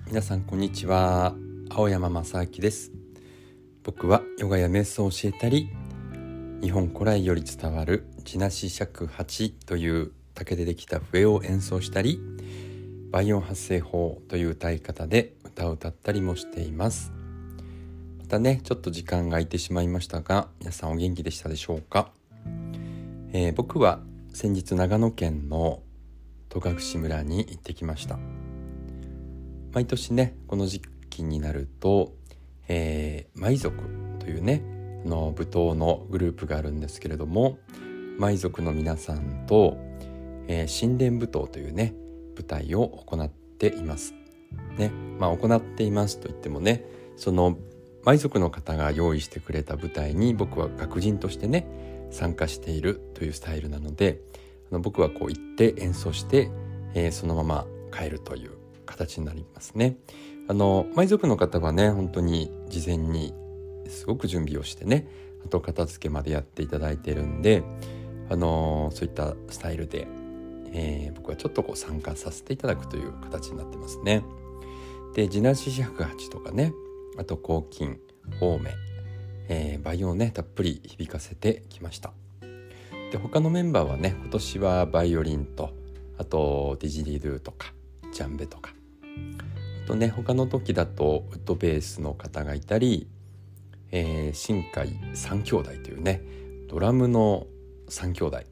皆さんこんにちは。青山正明です。僕はヨガや瞑想を教えたり、日本古来より伝わる地なし尺八という竹でできた笛を演奏したり、倍音発声法という歌い方で歌を歌ったりもしています。またね、ちょっと時間が空いてしまいましたが、皆さんお元気でしたでしょうか。僕は先日長野県の戸隠村に行ってきました。毎年ね、この時期になると、舞族というね舞踏のグループがあるんですけれども、舞族の皆さんと、神殿舞踏というね舞台を行っていますね。行っていますといってもね、その舞族の方が用意してくれた舞台に僕は楽人としてね参加しているというスタイルなので、僕はこう行って演奏して、そのまま帰るという形になりますね。舞族の方はね、本当に事前にすごく準備をしてね、あと片付けまでやっていただいているんで、そういったスタイルで、僕はちょっとこう参加させていただくという形になってますね。で、地なし尺八とかね、あと抗菌、青梅、倍音をねたっぷり響かせてきました。で、他のメンバーはね、今年はバイオリンと、あとディジリドゥとかジャンベとか、あとね他の時だとウッドベースの方がいたり、新海三兄弟というねドラムの三兄弟、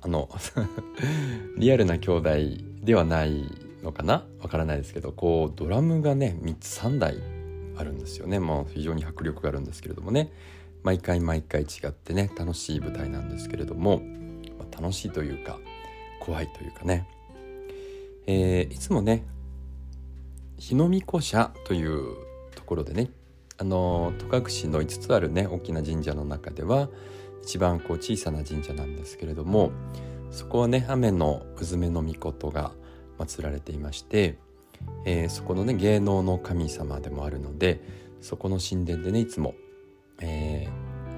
リアルな兄弟ではないのかな、わからないですけど、こうドラムがね3つ3台あるんですよね。非常に迫力があるんですけれどもね、毎回違ってね楽しい舞台なんですけれども、楽しいというか怖いというかね、いつもね日の御子社というところでね、戸隠の5つあるね大きな神社の中では一番こう小さな神社なんですけれども、そこはね雨のうずめの御事が祀られていまして、そこのね芸能の神様でもあるので、そこの神殿でねいつも、舞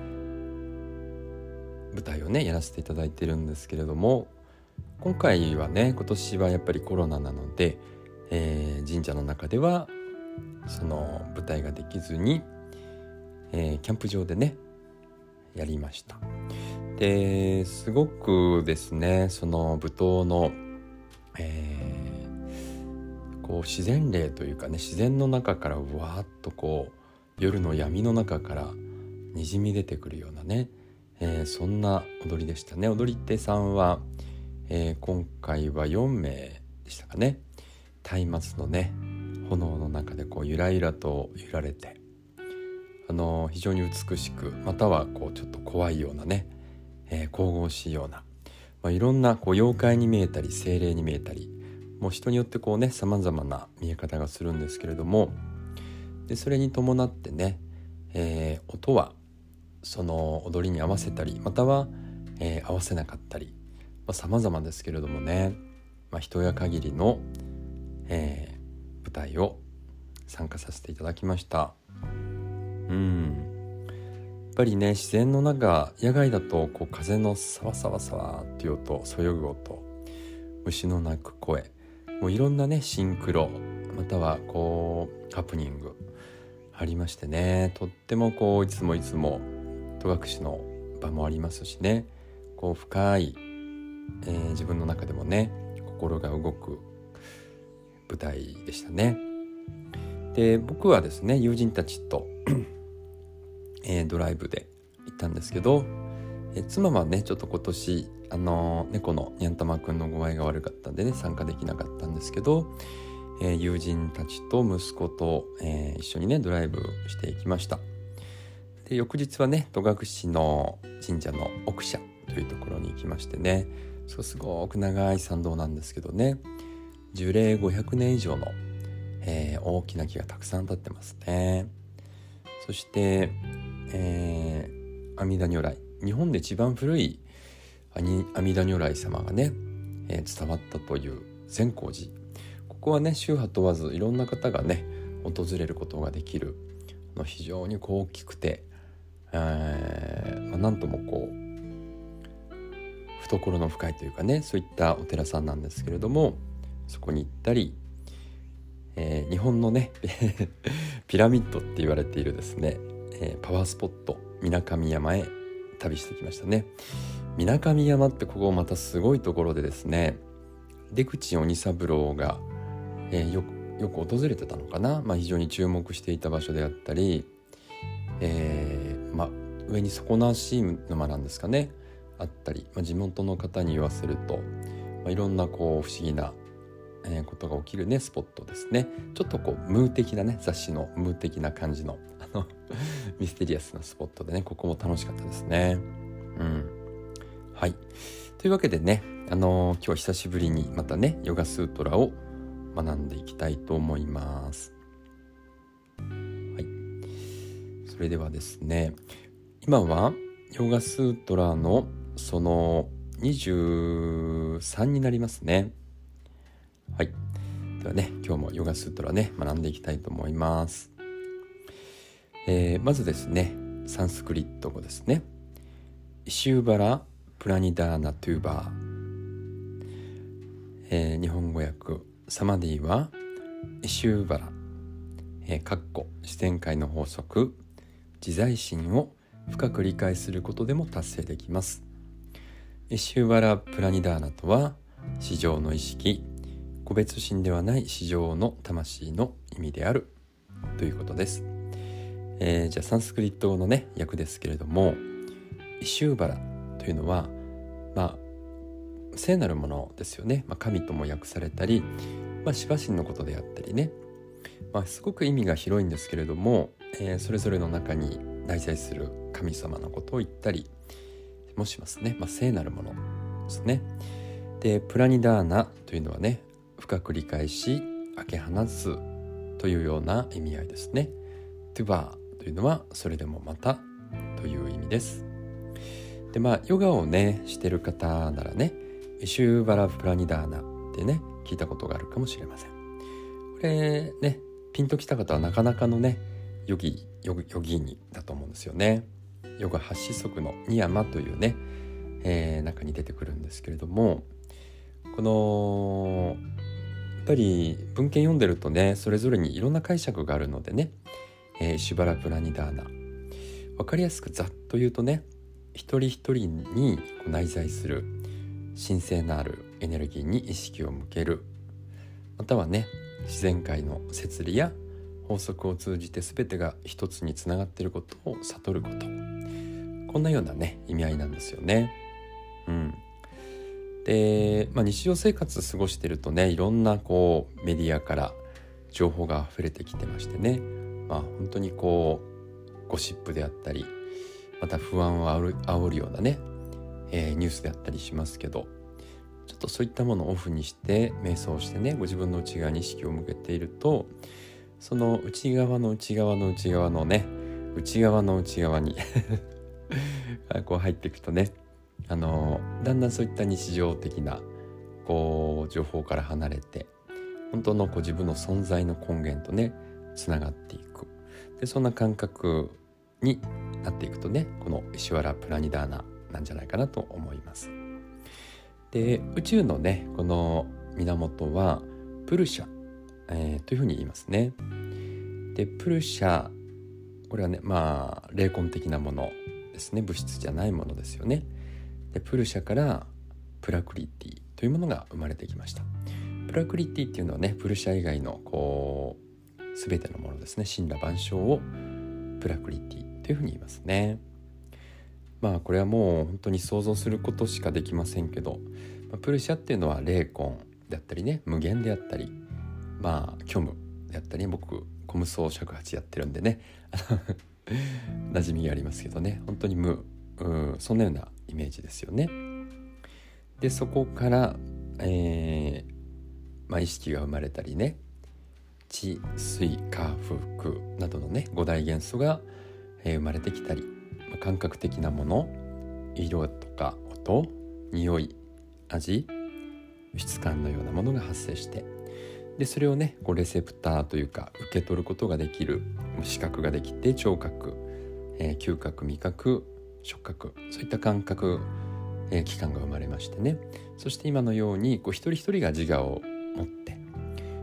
台をねやらせていただいているんですけれども、今回はね今年はやっぱりコロナなので、神社の中ではその舞台ができずに、キャンプ場でねやりました。ですごくですね、その舞踏の、こう自然霊というかね、自然の中からわーっとこう夜の闇の中からにじみ出てくるようなね、そんな踊りでしたね。踊り手さんは、今回は4名でしたかね。松明のね炎の中でこうゆらゆらと揺られて、非常に美しく、またはこうちょっと怖いようなね、神々しいような、いろんなこう妖怪に見えたり精霊に見えたり、もう人によってこうね様々な見え方がするんですけれども、でそれに伴ってね、音はその踊りに合わせたり、または、合わせなかったり、様々ですけれどもね、一夜限りの舞台を参加させていただきました。やっぱりね自然の中、野外だとこう風のサワサワサワっていう音、そよぐ音、虫の鳴く声、もういろんなねシンクロ、またはこうハプニングありましてね、とってもこういつも戸隠の場もありますしね、こう深い、自分の中でもね心が動く舞台でしたね。で、僕はですね友人たちと、ドライブで行ったんですけど、妻はねちょっと今年猫のにゃんたまくんの具合が悪かったんでね参加できなかったんですけど、友人たちと息子と、一緒にねドライブしていきました。で、翌日はね戸隠の神社の奥社というところに行きましてね、すごく長い参道なんですけどね、樹齢500年以上の、大きな木がたくさん立ってますね。そして、阿弥陀如来、日本で一番古い阿弥陀如来様がね、伝わったという善光寺、ここはね宗派問わずいろんな方がね訪れることができる、非常にこう大きくて、なんともこう懐の深いというかね、そういったお寺さんなんですけれども、そこに行ったり、 日本のねピラミッドって言われているですね、パワースポット水上山へ旅してきましたね。水上山ってここまたすごいところでですね、出口鬼三郎が、よく訪れてたのかな、非常に注目していた場所であったり、上に底なし沼なんですかねあったり、地元の方に言わせると、いろんなこう不思議なことが起きるねスポットですね。ちょっとこうムー的なね、雑誌のムー的な感じのミステリアスなスポットでね、ここも楽しかったですね。はい、というわけでね、今日は久しぶりにまたねヨガスートラを学んでいきたいと思います。はい、それではですね、今はヨガスートラのその23になりますね。はい、ではね、今日もヨガスートラね学んでいきたいと思います。まずですね、サンスクリット語ですね。イシューバラ・プラニダーナ・トゥーバー、日本語訳サマディはイシューバラ、自然界の法則自在心を深く理解することでも達成できます。イシューバラ・プラニダーナとは至上の意識、個別心ではない至上の魂の意味であるということです。じゃあサンスクリット語のね訳ですけれども、イシューバラというのは聖なるものですよね。神とも訳されたり、シバ神のことであったりね、すごく意味が広いんですけれども、それぞれの中に内在する神様のことを言ったりもしますね。聖なるものですね。でプラニダーナというのはね、深く理解し開け放つというような意味合いですね。トゥバーというのはそれでもまたという意味です。でヨガをねしてる方ならね、イシューバラ・プラニダーナってね聞いたことがあるかもしれません。これね、ピンときた方はなかなかのねヨギーニだと思うんですよね。ヨガ8子則のニヤマというね、中に出てくるんですけれども、このやっぱり文献読んでるとね、それぞれにいろんな解釈があるのでね、イシュバラ・プラニダーナ、わかりやすくざっと言うとね、一人一人に内在する神聖なるエネルギーに意識を向ける、またはね自然界の摂理や法則を通じて全てが一つにつながっていることを悟ること、こんなようなね意味合いなんですよね。で、日常生活過ごしてるとね、いろんなこうメディアから情報が溢れてきてましてね、本当にこうゴシップであったり、また不安を煽るようなね、ニュースであったりしますけど、ちょっとそういったものをオフにして瞑想してね、ご自分の内側に意識を向けていると、その内側の内側の内側のね、内側の内側にこう入っていくとね、だんだんそういった日常的なこう情報から離れて、本当のこう自分の存在の根源とねつながっていく。でそんな感覚になっていくとね、このイシュワラ・プラニダーナなんじゃないかなと思います。で宇宙のねこの源はプルシャ、というふうに言いますね。でプルシャ、これはね霊魂的なものですね。物質じゃないものですよね。でプルシャからプラクリティというものが生まれてきました。プラクリティっていうのはね、プルシャ以外のこう全てのものですね、神羅万象をプラクリティというふうに言いますね。これはもう本当に想像することしかできませんけど、プルシャっていうのは霊魂であったりね、無限であったり、虚無であったり、僕コムソー尺八やってるんでね馴染みがありますけどね、本当に無、そんなようなイメージですよね。でそこから、意識が生まれたりね、地水火風空などのね五大元素が、生まれてきたり、感覚的なもの、色とか音、匂い、味、質感のようなものが発生して、でそれをねこうレセプターというか受け取ることができる視覚ができて、聴覚、嗅覚、味覚、触覚、そういった感覚、器官が生まれましてね、そして今のようにこう一人一人が自我を持って、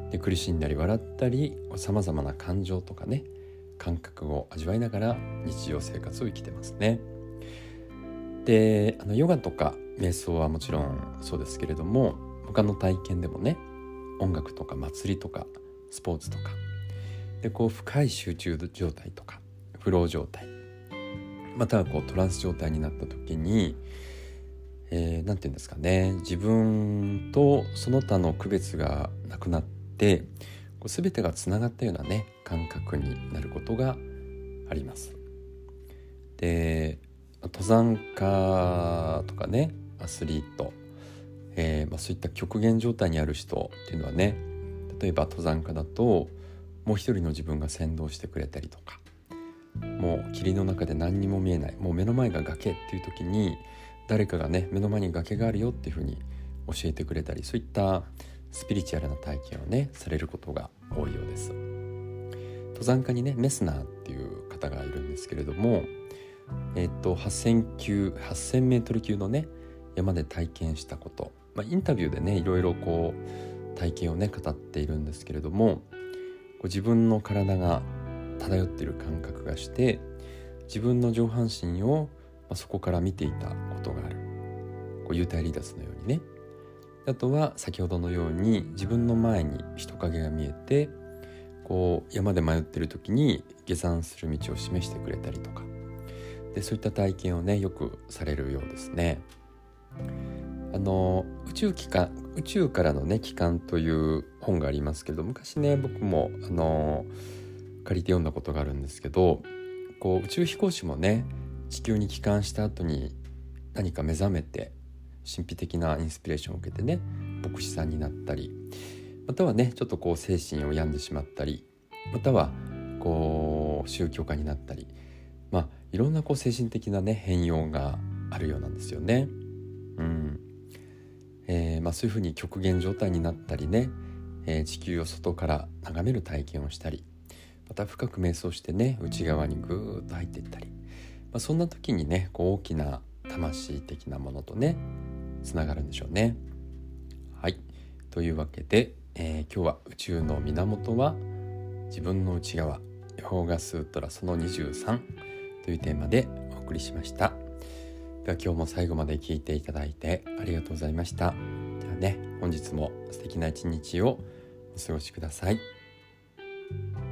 で苦しんだり笑ったりさまざまな感情とかね感覚を味わいながら日常生活を生きてますね。でヨガとか瞑想はもちろんそうですけれども、他の体験でもね、音楽とか祭りとかスポーツとかで深い集中状態とかフロー状態、またはトランス状態になった時に、なんていうんですかね、自分とその他の区別がなくなって全てがつながったようなね感覚になることがあります。で登山家とかねアスリート、そういった極限状態にある人っていうのはね、例えば登山家だともう一人の自分が先導してくれたりとか、もう霧の中で何にも見えない、もう目の前が崖っていう時に誰かがね目の前に崖があるよっていうふうに教えてくれたり、そういったスピリチュアルな体験をねされることが多いようです。登山家にねメスナーっていう方がいるんですけれども、8000メートル級のね山で体験したこと、インタビューでねいろいろ体験をね語っているんですけれども、自分の体が漂っている感覚がして、自分の上半身を、そこから見ていたことがある、幽体離脱のようにね。あとは先ほどのように自分の前に人影が見えて、山で迷っている時に下山する道を示してくれたりとかで、そういった体験をねよくされるようですね。宇宙からのね帰還という本がありますけど、昔ね僕も借りて読んだことがあるんですけど、宇宙飛行士もね地球に帰還した後に何か目覚めて神秘的なインスピレーションを受けてね牧師さんになったり、またはねちょっと精神を病んでしまったり、または宗教家になったり、いろんな精神的なね変容があるようなんですよね。そういうふうに極限状態になったりね、地球を外から眺める体験をしたり、また深く瞑想してね内側にぐーっと入っていったり、そんな時にね大きな魂的なものとねつながるんでしょうね。はい、というわけで、今日は宇宙の源は自分の内側、ヨーガスートラその23というテーマでお送りしました。では今日も最後まで聞いていただいてありがとうございました。ではね、本日も素敵な一日をお過ごしください。